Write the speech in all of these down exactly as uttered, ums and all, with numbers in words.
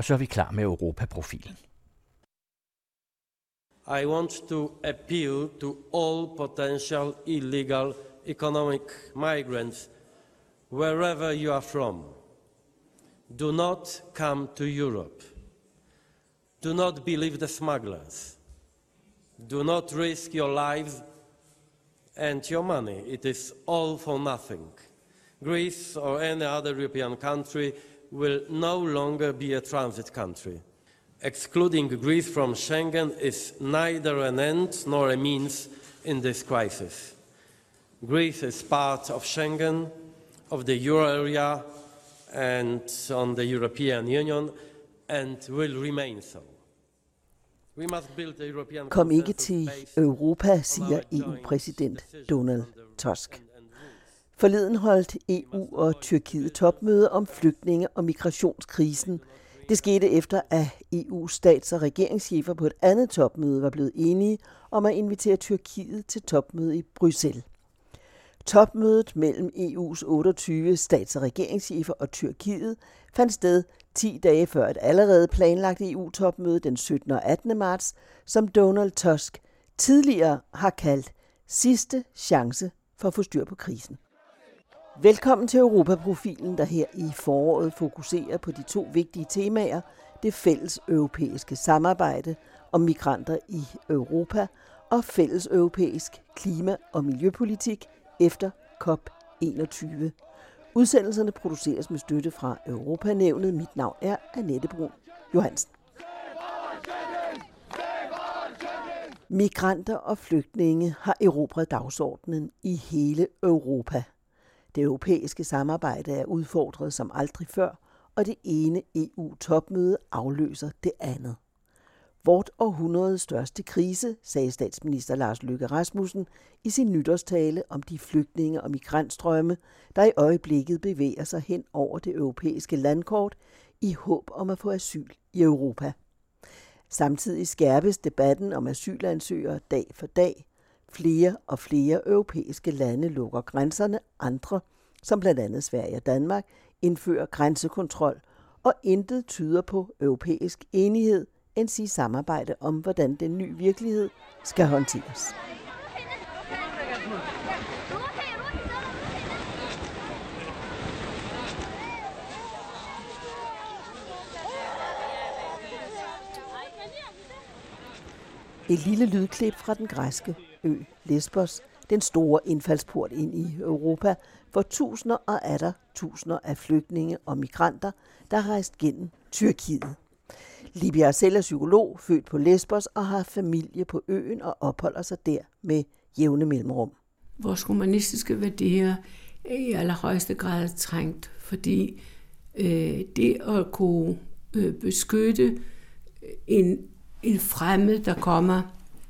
Og så er vi klar med Europaprofilen. I want to appeal to all potential illegal economic migrants, wherever you are from. Do not come to Europe. Do not believe the smugglers. Do not risk your lives and your money. It is all for nothing. Greece or any other European country will no longer be a transit country. Excluding Greece from Schengen is neither an end nor a means in this crisis. Greece is part of Schengen, of the euro area, and on the European Union, and will remain so. Kom ikke til Europa, siger E U-præsident Donald Tusk. Forleden holdt E U og Tyrkiet topmøde om flygtninge- og migrationskrisen. Det skete efter, at E U's stats- og regeringschefer på et andet topmøde var blevet enige om at invitere Tyrkiet til topmøde i Bruxelles. Topmødet mellem E U's otteogtyve stats- og regeringschefer og Tyrkiet fandt sted ti dage før et allerede planlagt E U-topmøde den syttende og attende marts, som Donald Tusk tidligere har kaldt sidste chance for at få styr på krisen. Velkommen til Europaprofilen, der her i foråret fokuserer på de to vigtige temaer, det fælles europæiske samarbejde om migranter i Europa og fælles europæisk klima- og miljøpolitik efter COP enogtyve. Udsendelserne produceres med støtte fra Europanævnet. Mit navn er Annette Brun Johansen. Migranter og flygtninge har erobret dagsordenen i hele Europa. Det europæiske samarbejde er udfordret som aldrig før, og det ene E U-topmøde afløser det andet. Vort århundredes største krise, sagde statsminister Lars Løkke Rasmussen i sin nytårstale om de flygtninge- og migrantstrømme, der i øjeblikket bevæger sig hen over det europæiske landkort i håb om at få asyl i Europa. Samtidig skærpes debatten om asylansøgere dag for dag. Flere og flere europæiske lande lukker grænserne, andre, som blandt andet Sverige og Danmark, indfører grænsekontrol, og intet tyder på europæisk enighed end sige samarbejde om, hvordan den nye virkelighed skal håndteres. Et lille lydklip fra den græske ø Lesbos, den store indfaldsport ind i Europa, for tusinder og atter tusinder af flygtninge og migranter, der har rejst gennem Tyrkiet. Libia Arcel er psykolog, født på Lesbos og har familie på øen og opholder sig der med jævne mellemrum. Vores humanistiske værdier er i allerhøjeste grad trængt, fordi øh, det at kunne øh, beskytte en, en fremmed, der kommer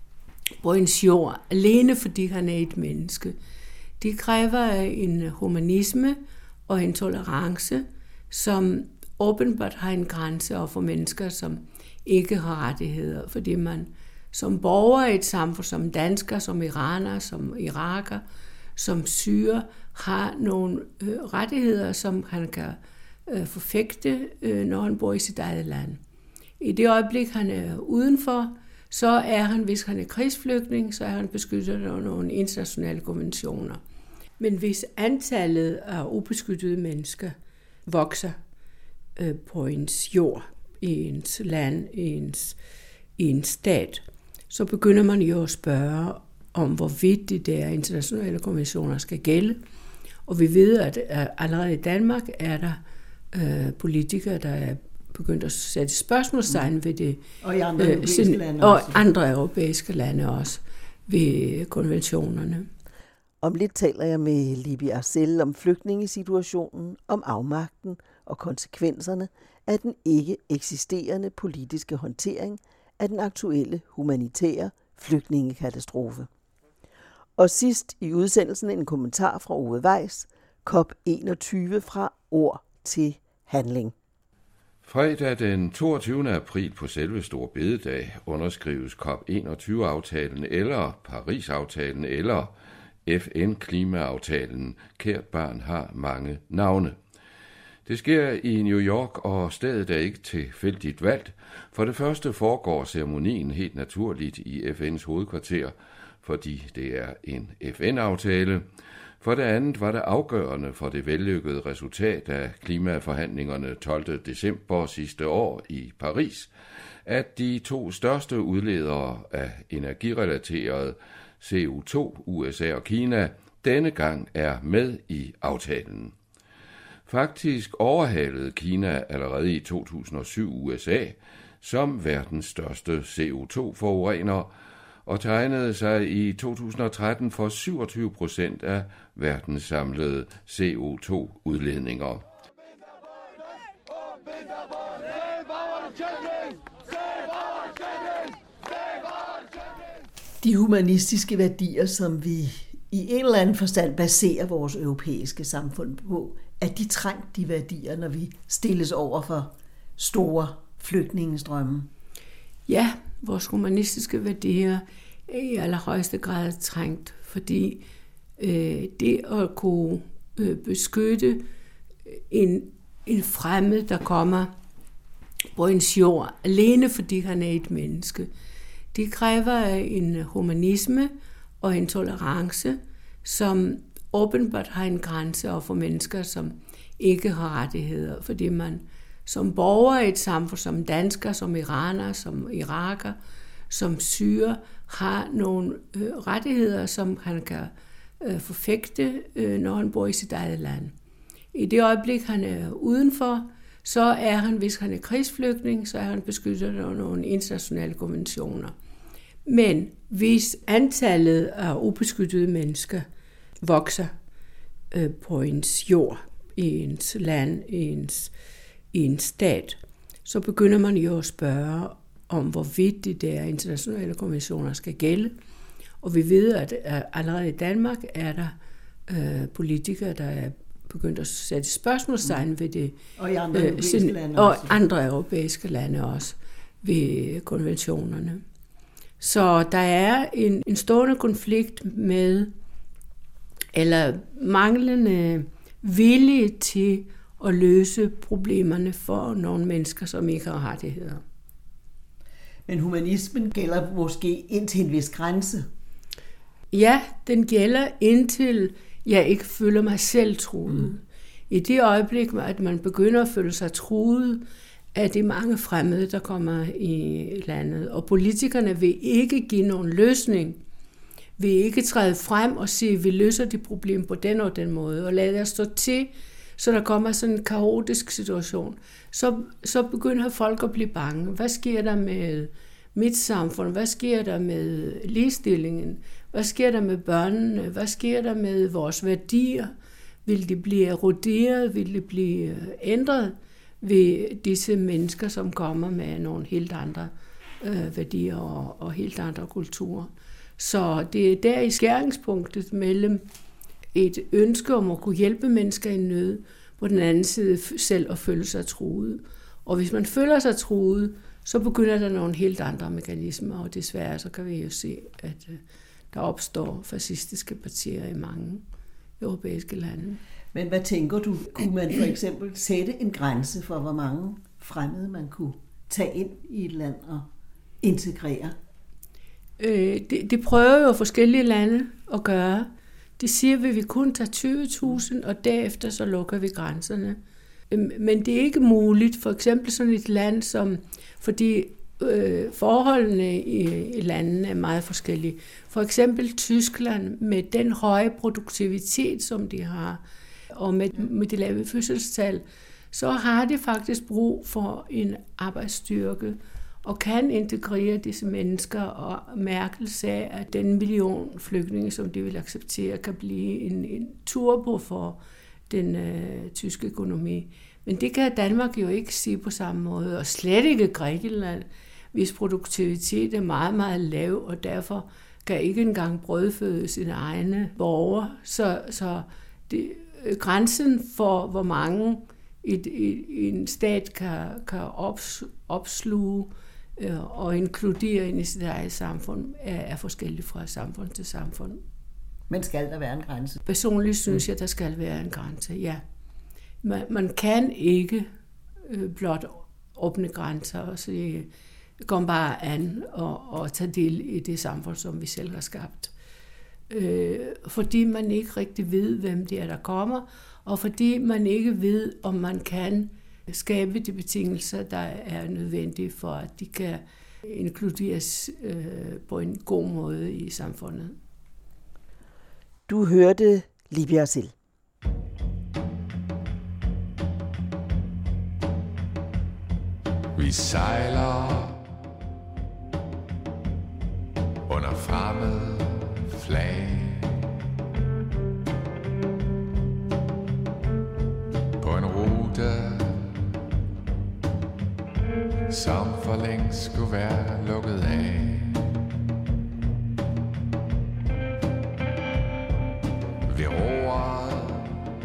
på ens jord, alene fordi han er et menneske, det kræver en humanisme og en tolerance, som åbenbart har en grænse over for mennesker, som ikke har rettigheder, fordi man som borger i et samfund, som dansker, som iraner, som iraker, som syrer, har nogle øh, rettigheder, som han kan øh, forfægte, øh, når han bor i sit eget land. I det øjeblik, han er udenfor, så er han, hvis han er krigsflygtning, så er han beskyttet af nogle internationale konventioner. Men hvis antallet af ubeskyttede mennesker vokser øh, på ens jord, i ens land, i ens, i ens stat, så begynder man jo at spørge om, hvor vigtigt det er, at internationale konventioner skal gælde. Og vi ved, at allerede i Danmark er der øh, politikere, der er begyndt at sætte spørgsmålstegn ved det. Og i andre øh, europæiske lande Og også. andre europæiske lande også ved konventionerne. Om lidt taler jeg med Libia Arcel om flygtningesituationen, om afmagten og konsekvenserne af den ikke eksisterende politiske håndtering af den aktuelle humanitære flygtningekatastrofe. Og sidst i udsendelsen en kommentar fra Ove Weiss, COP enogtyve fra ord til handling. Fredag den toogtyvende april på selve Store Bededag underskrives COP enogtyve-aftalen eller Paris-aftalen eller F N-klimaaftalen. Kært barn har mange navne. Det sker i New York, og stedet er ikke tilfældigt valgt. For det første foregår ceremonien helt naturligt i F N's hovedkvarter, fordi det er en F N-aftale. For det andet var det afgørende for det vellykkede resultat af klimaforhandlingerne tolvte december sidste år i Paris, at de to største udledere af energirelateret C O to, U S A og Kina, denne gang er med i aftalen. Faktisk overhalede Kina allerede i to tusind og syv U S A som verdens største C O to forurener og tegnede sig i to tusind og tretten for syvogtyve procent af verdens samlede C O to udledninger. De humanistiske værdier, som vi i en eller anden forstand baserer vores europæiske samfund på, er de trængt, de værdier, når vi stilles over for store flygtningestrømme? Ja, vores humanistiske værdier er i allerhøjeste grad trængt, fordi øh, det at kunne øh, beskytte en, en fremmed, der kommer på ens jord, alene fordi han er et menneske, det kræver en humanisme og en tolerance, som åbenbart har en grænse over for mennesker, som ikke har rettigheder, fordi man som borger i et samfund, som dansker, som iraner, som iraker, som syrer, har nogle øh, rettigheder, som han kan øh, forfægte, øh, når han bor i sit eget land. I det øjeblik, han er udenfor, så er han, hvis han er krigsflygtning, så er han beskyttet af nogle internationale konventioner. Men hvis antallet af ubeskyttede mennesker vokser øh, på ens jord, i ens land, i ens, i ens stat, så begynder man jo at spørge om, hvorvidt de der internationale konventioner skal gælde. Og vi ved, at allerede i Danmark er der øh, politikere, der er begyndt at sætte spørgsmålstegn ved det. Og i andre øh, europæiske sin, lande og også. andre europæiske lande også ved konventionerne. Så der er en, en stående konflikt med, eller manglende vilje til at løse problemerne for nogle mennesker, som ikke har rettigheder. Men humanismen gælder måske indtil en vis grænse. Ja, den gælder indtil jeg ikke føler mig selv truet. Mm. I det øjeblik, at man begynder at føle sig truet af de mange fremmede, der kommer i landet, og politikerne vil ikke give nogen løsning, vil ikke træde frem og sige, at vi løser de problemer på den og den måde, og lade os stå til, så der kommer sådan en kaotisk situation, så, så begynder folk at blive bange. Hvad sker der med mit samfund? Hvad sker der med ligestillingen? Hvad sker der med børnene? Hvad sker der med vores værdier? Vil de blive eroderet? Vil de blive ændret ved disse mennesker, som kommer med nogle helt andre øh, værdier og, og helt andre kulturer? Så det er der i skæringspunktet mellem et ønske om at kunne hjælpe mennesker i nød, på den anden side selv at føle sig truet. Og hvis man føler sig truet, så begynder der nogle helt andre mekanismer, og desværre så kan vi jo se, at der opstår fascistiske partier i mange europæiske lande. Men hvad tænker du, kunne man for eksempel sætte en grænse for, hvor mange fremmede man kunne tage ind i et land og integrere? Øh, det, det prøver jo forskellige lande at gøre. De siger, at vi vil kun tage tyve tusind, og derefter så lukker vi grænserne. Men det er ikke muligt, for eksempel sådan et land som, fordi øh, forholdene i, i landene er meget forskellige. For eksempel Tyskland med den høje produktivitet, som de har, og med, med de lave fødselstal, så har de faktisk brug for en arbejdsstyrke, og kan integrere disse mennesker, og Merkel sagde, at den million flygtninge, som de vil acceptere, kan blive en, en turbo for den øh, tyske økonomi. Men det kan Danmark jo ikke sige på samme måde, og slet ikke Grækenland, hvis produktivitet er meget, meget lav, og derfor kan ikke engang brødføde sine egne borgere. Så, så det, grænsen for, hvor mange et, et, en stat kan, kan ops, opsluge øh, og inkludere ind i sit eget samfund, er, er forskellig fra samfund til samfund. Men skal der være en grænse? Personligt synes jeg, der skal være en grænse, ja. man, man kan ikke øh, blot åbne grænser og sige, kom bare an og, og tage del i det samfund, som vi selv har skabt. Øh, fordi man ikke rigtig ved, hvem det er, der kommer, og fordi man ikke ved, om man kan skabe de betingelser, der er nødvendige for, at de kan inkluderes øh, på en god måde i samfundet. Du hørte Libya selv. Vi sejler under fremmede flag på en rute, som for længst skulle være lukket af. Ved roret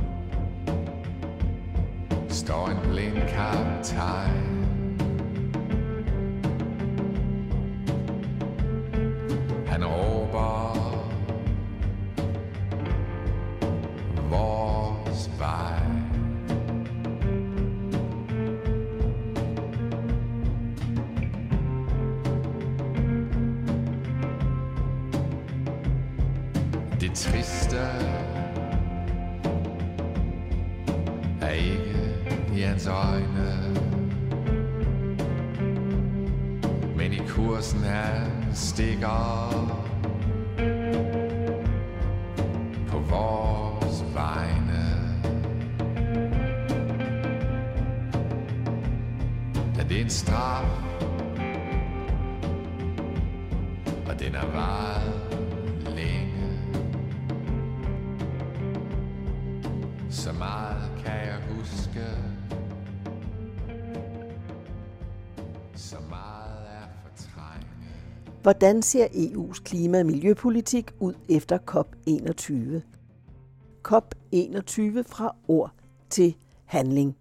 står en blind kaptajn. Han råber vores vej. Det triste er ikke i hans øjne, men i kursen han stikker på vores vegne. Ja, det er en straf, og den er varet længe. Så meget kan jeg huske, så meget er fortrængt. Hvordan ser E U's klima- og miljøpolitik ud efter COP enogtyve? COP enogtyve fra ord til handling.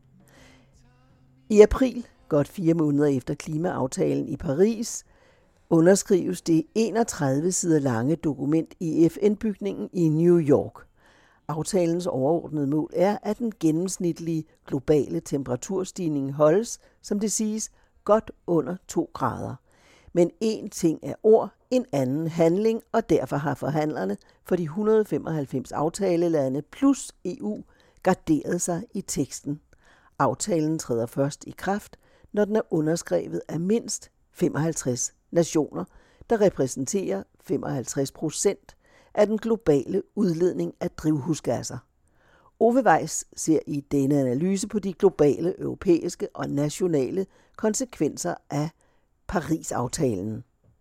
I april, godt fire måneder efter klimaaftalen i Paris, underskrives det enogtredive sider lange dokument i F N-bygningen i New York. Aftalens overordnede mål er, at den gennemsnitlige globale temperaturstigning holdes, som det siges, godt under to grader. Men én ting er ord, en anden handling, og derfor har forhandlerne for de et hundrede og femoghalvfems aftalelande plus E U garderet sig i teksten. Aftalen træder først i kraft, når den er underskrevet af mindst femoghalvtreds nationer, der repræsenterer femoghalvtreds procent af den globale udledning af drivhusgasser. Ove Weiss ser i denne analyse på de globale, europæiske og nationale konsekvenser af Paris-aftalen.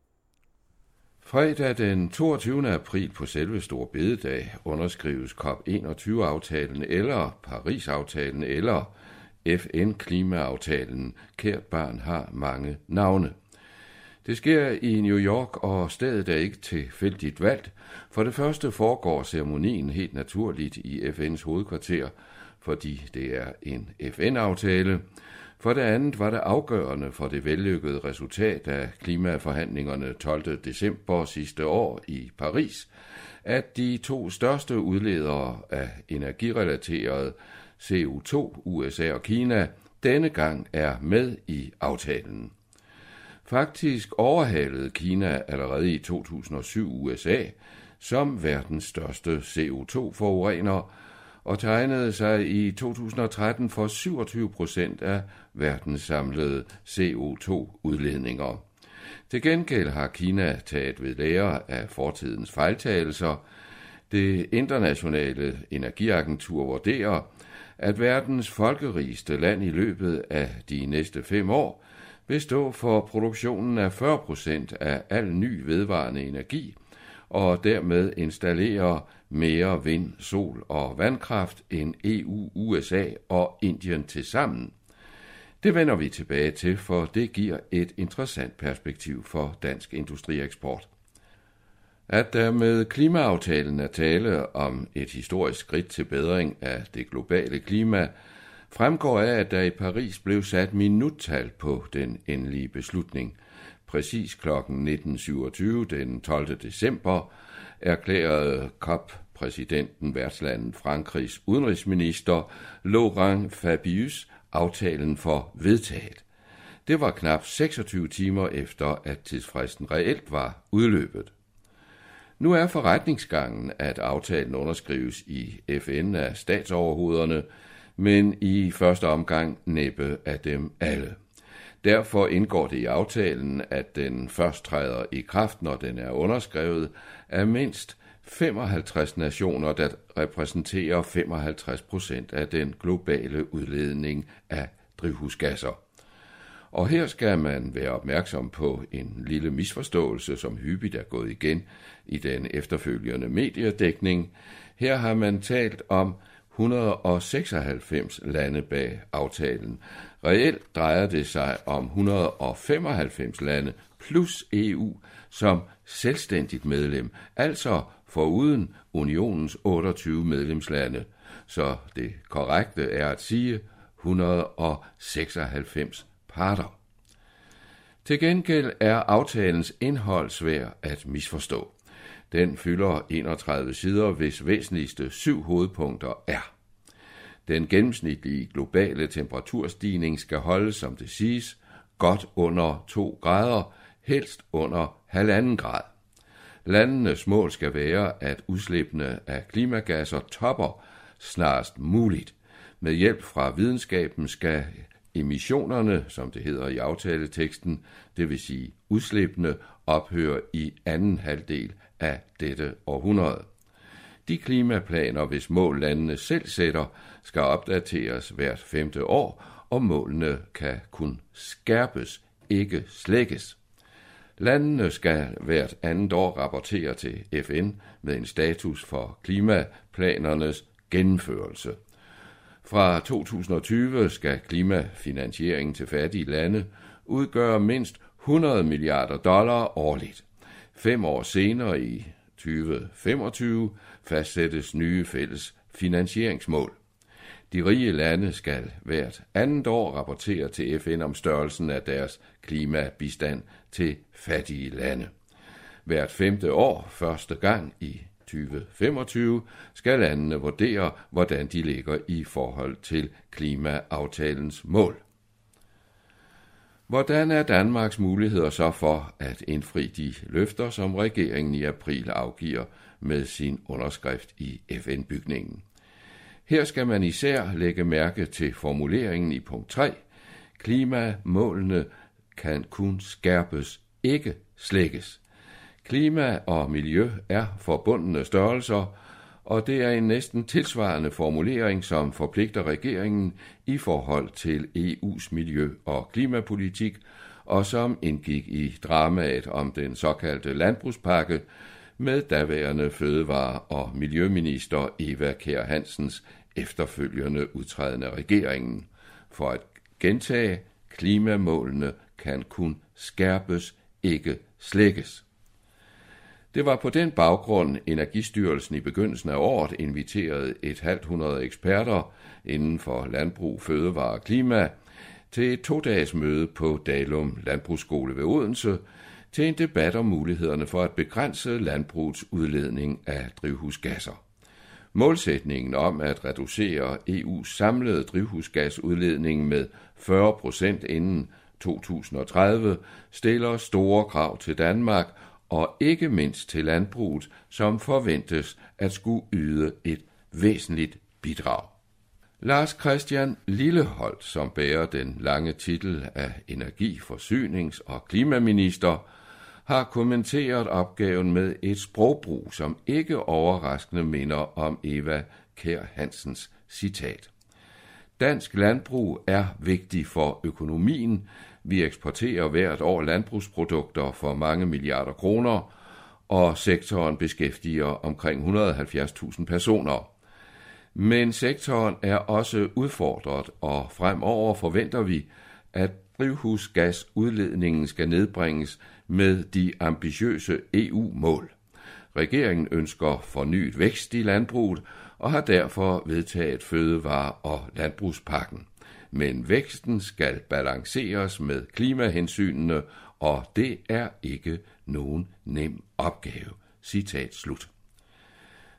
Fredag den toogtyvende april på selve Store Bededag underskrives COP enogtyve-aftalen eller Paris-aftalen eller F N-klimaaftalen. Kært barn har mange navne. Det sker i New York, og stedet er ikke tilfældigt valgt. For det første foregår ceremonien helt naturligt i F N's hovedkvarter, fordi det er en F N-aftale. For det andet var det afgørende for det vellykkede resultat af klimaforhandlingerne tolvte december sidste år i Paris, at de to største udledere af energirelateret C O to, U S A og Kina, denne gang er med i aftalen. Faktisk overhalede Kina allerede i to tusind og syv U S A som verdens største C O to forurener og tegnede sig i to tusind og tretten for syvogtyve procent af verdens samlede C O to udledninger. Til gengæld har Kina taget ved lære af fortidens fejltagelser. Det internationale energiagentur vurderer, at verdens folkerigeste land i løbet af de næste fem år vil stå for produktionen af fyrre procent af al ny vedvarende energi, og dermed installere mere vind, sol og vandkraft end E U, U S A og Indien tilsammen. Det vender vi tilbage til, for det giver et interessant perspektiv for dansk industrieksport. At der med klimaaftalen er tale om et historisk skridt til bedring af det globale klima, fremgår af, at der i Paris blev sat minuttal på den endelige beslutning. Præcis klokken nitten syvogtyve den tolvte december erklærede COP præsidenten værtslandet Frankrigs udenrigsminister Laurent Fabius aftalen for vedtaget. Det var knap seksogtyve timer efter, at tidsfristen reelt var udløbet. Nu er forretningsgangen, at aftalen underskrives i F N af statsoverhovederne, men i første omgang næppe af dem alle. Derfor indgår det i aftalen, at den først træder i kraft, når den er underskrevet, af mindst femoghalvtreds nationer, der repræsenterer femoghalvtreds procent af den globale udledning af drivhusgasser. Og her skal man være opmærksom på en lille misforståelse, som hyppigt er gået igen i den efterfølgende mediedækning. Her har man talt om et hundrede og seksoghalvfems lande bag aftalen. Reelt drejer det sig om et hundrede og femoghalvfems lande plus E U som selvstændigt medlem, altså foruden unionens otteogtyve medlemslande. Så det korrekte er at sige et hundrede og seksoghalvfems parter. Til gengæld er aftalens indhold svær at misforstå. Den fylder enogtredive sider, hvis væsentligste syv hovedpunkter er: den gennemsnitlige globale temperaturstigning skal holdes, som det siges, godt under to grader, helst under halvanden grad. Landenes mål skal være, at udslippene af klimagasser topper snarest muligt. Med hjælp fra videnskaben skal emissionerne, som det hedder i aftaleteksten, det vil sige udslippene, ophøre i anden halvdel af dette århundrede. De klimaplaner, hvis mål landene selv sætter, skal opdateres hvert femte år, og målene kan kun skærpes, ikke slækkes. Landene skal hvert andet år rapportere til F N med en status for klimaplanernes gennemførelse. Fra to tusind og tyve skal klimafinansieringen til fattige lande udgøre mindst hundrede milliarder dollar årligt. Fem år senere i tyve femogtyve fastsættes nye fælles finansieringsmål. De rige lande skal hvert andet år rapportere til F N om størrelsen af deres klimabistand til fattige lande. Hvert femte år, første gang i tyve femogtyve, skal landene vurdere, hvordan de ligger i forhold til klimaaftalens mål. Hvordan er Danmarks muligheder så for at indfri de løfter, som regeringen i april afgiver med sin underskrift i F N-bygningen? Her skal man især lægge mærke til formuleringen i punkt tre. Klimamålene kan kun skærpes, ikke slækkes. Klima og miljø er forbundne størrelser, og det er en næsten tilsvarende formulering, som forpligter regeringen i forhold til E U's miljø- og klimapolitik, og som indgik i dramaet om den såkaldte landbrugspakke med daværende fødevare- og miljøminister Eva Kjer Hansens efterfølgende udtræden af regeringen. For at gentage, klimamålene kan kun skærpes, ikke slækkes. Det var på den baggrund, Energistyrelsen i begyndelsen af året inviterede et halvt hundrede eksperter inden for landbrug, fødevare og klima til et to-dages møde på Dalum Landbrugsskole ved Odense til en debat om mulighederne for at begrænse landbrugets udledning af drivhusgasser. Målsætningen om at reducere E U's samlede drivhusgasudledning med fyrre procent inden to tusind og tredive stiller store krav til Danmark og ikke mindst til landbruget, som forventes at skulle yde et væsentligt bidrag. Lars Christian Lilleholt, som bærer den lange titel af energi-, forsynings- og klimaminister, har kommenteret opgaven med et sprogbrug, som ikke overraskende minder om Eva Kjer Hansens citat. Dansk landbrug er vigtig for økonomien. Vi eksporterer hvert år landbrugsprodukter for mange milliarder kroner, og sektoren beskæftiger omkring et hundrede og halvfjerds tusind personer. Men sektoren er også udfordret, og fremover forventer vi, at drivhusgasudledningen skal nedbringes med de ambitiøse E U-mål. Regeringen ønsker fornyet vækst i landbruget og har derfor vedtaget fødevare- og landbrugspakken. Men væksten skal balanceres med klimahensynene, og det er ikke nogen nem opgave. Citat slut.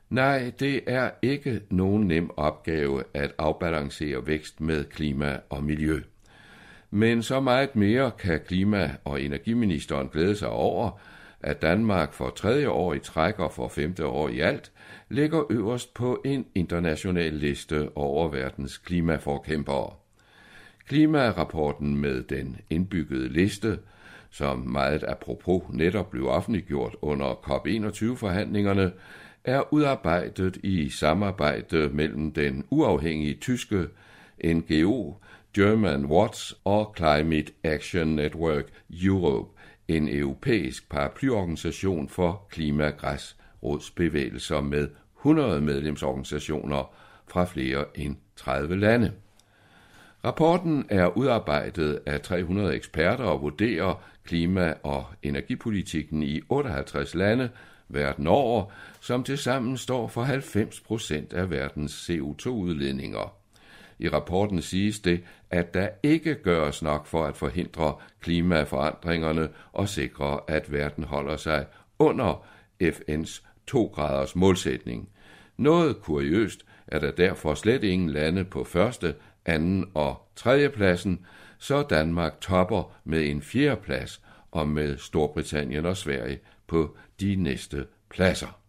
Nej, det er ikke nogen nem opgave at afbalancere vækst med klima og miljø. Men så meget mere kan klima- og energiministeren glæde sig over, at Danmark for tredje år i træk og for femte år i alt ligger øverst på en international liste over verdens klimaforkæmpere. Klimarapporten med den indbyggede liste, som meget apropos netop blev offentliggjort under COP enogtyve-forhandlingerne, er udarbejdet i samarbejde mellem den uafhængige tyske N G O German Watch og Climate Action Network Europe, en europæisk paraplyorganisation for klimagræsrodsbevægelser med hundrede medlemsorganisationer fra flere end tredive lande. Rapporten er udarbejdet af tre hundrede eksperter og vurderer klima- og energipolitikken i otteoghalvtreds lande verden over, som tilsammen står for halvfems procent af verdens C O to udledninger. I rapporten siges det, at der ikke gøres nok for at forhindre klimaforandringerne og sikre, at verden holder sig under F N's to graders målsætning. Noget kuriøst er der derfor slet ingen lande på første, anden og tredje pladsen, så Danmark topper med en fjerde plads og med Storbritannien og Sverige på de næste pladser.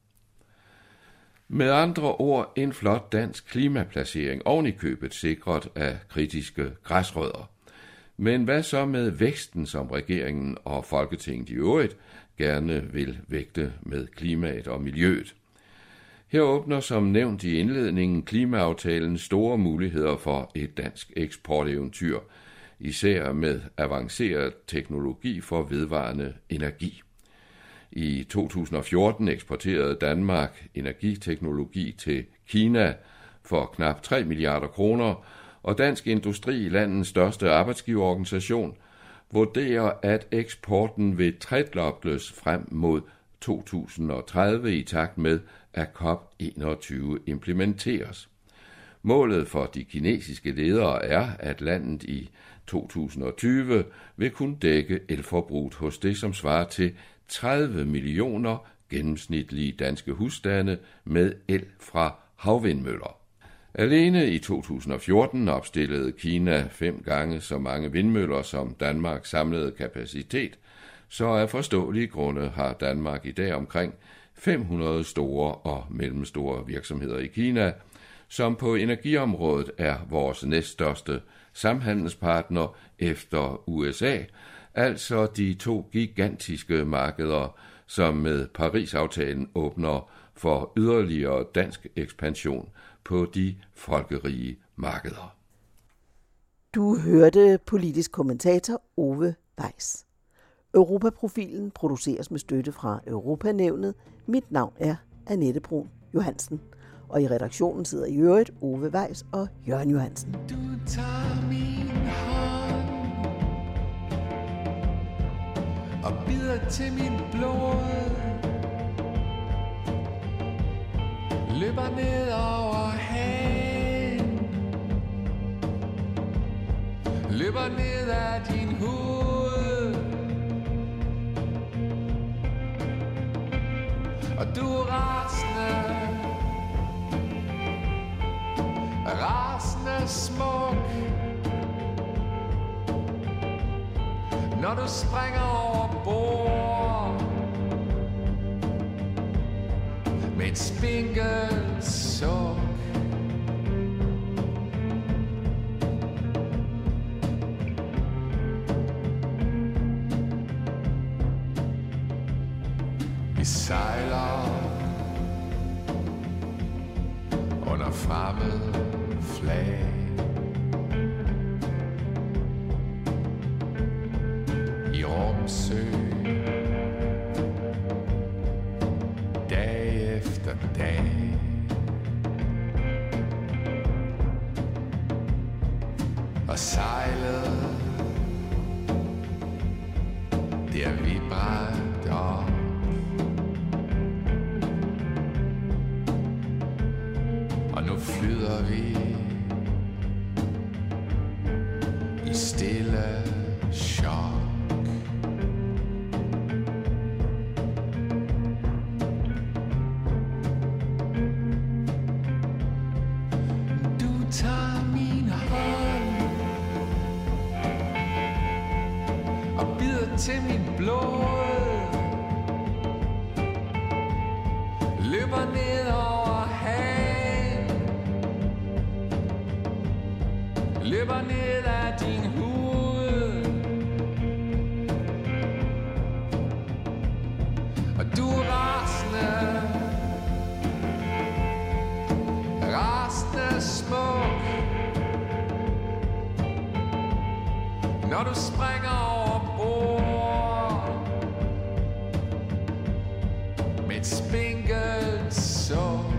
Med andre ord en flot dansk klimaplacering oven i købet sikret af kritiske græsrødder. Men hvad så med væksten, som regeringen og Folketinget i øvrigt gerne vil vægte med klimaet og miljøet? Her åbner som nævnt i indledningen klimaaftalen store muligheder for et dansk eksporteventyr, især med avanceret teknologi for vedvarende energi. I to tusind og fjorten eksporterede Danmark energiteknologi til Kina for knap tre milliarder kroner, og Dansk Industri, landets største arbejdsgiverorganisation, vurderer, at eksporten vil tredobles frem mod to tusind og tredive i takt med, at COP enogtyve implementeres. Målet for de kinesiske ledere er, at landet i to tusind og tyve vil kunne dække elforbruget hos det, som svarer til tredive millioner gennemsnitlige danske husstande med el fra havvindmøller. Alene i to tusind og fjorten opstillede Kina fem gange så mange vindmøller som Danmarks samlede kapacitet, så af forståelige grunde har Danmark i dag omkring fem hundrede store og mellemstore virksomheder i Kina, som på energiområdet er vores næststørste samhandelspartner efter U S A, altså de to gigantiske markeder, som med Paris-aftalen åbner for yderligere dansk ekspansion på de folkerige markeder. Du hørte politisk kommentator Ove Weiss. Europaprofilen produceres med støtte fra Europanævnet. Mit navn er Annette Brun Johansen, og i redaktionen sidder i øvrigt Ove Weiss og Jørgen Johansen. Du tager min hånd og bider til min blod, løber ned over hagen, løber ned ad din hud, og du er rasende, rasende smuk, når du springer over bord med et spinkelt suk. Vi sejler under fremmed flag, i Romsø, dag efter dag. Og sejlet, der vi brændte op. Og nu flyder vi i stille chok. til mit blod, løber ned over hagen, løber ned af din hud, og du er rasende, rasende smuk, når du springer over bord med et spinkelt suk.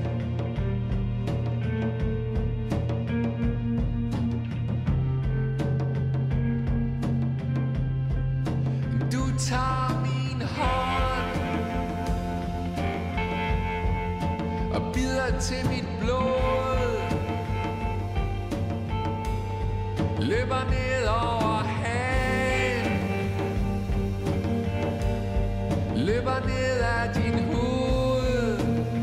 Du tager min hånd og bider til mit blod, løber ned over hagen, løber ned af din hud,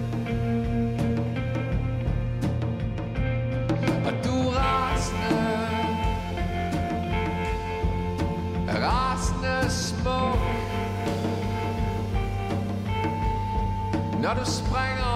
og du er rasende, rasende smuk, når du springer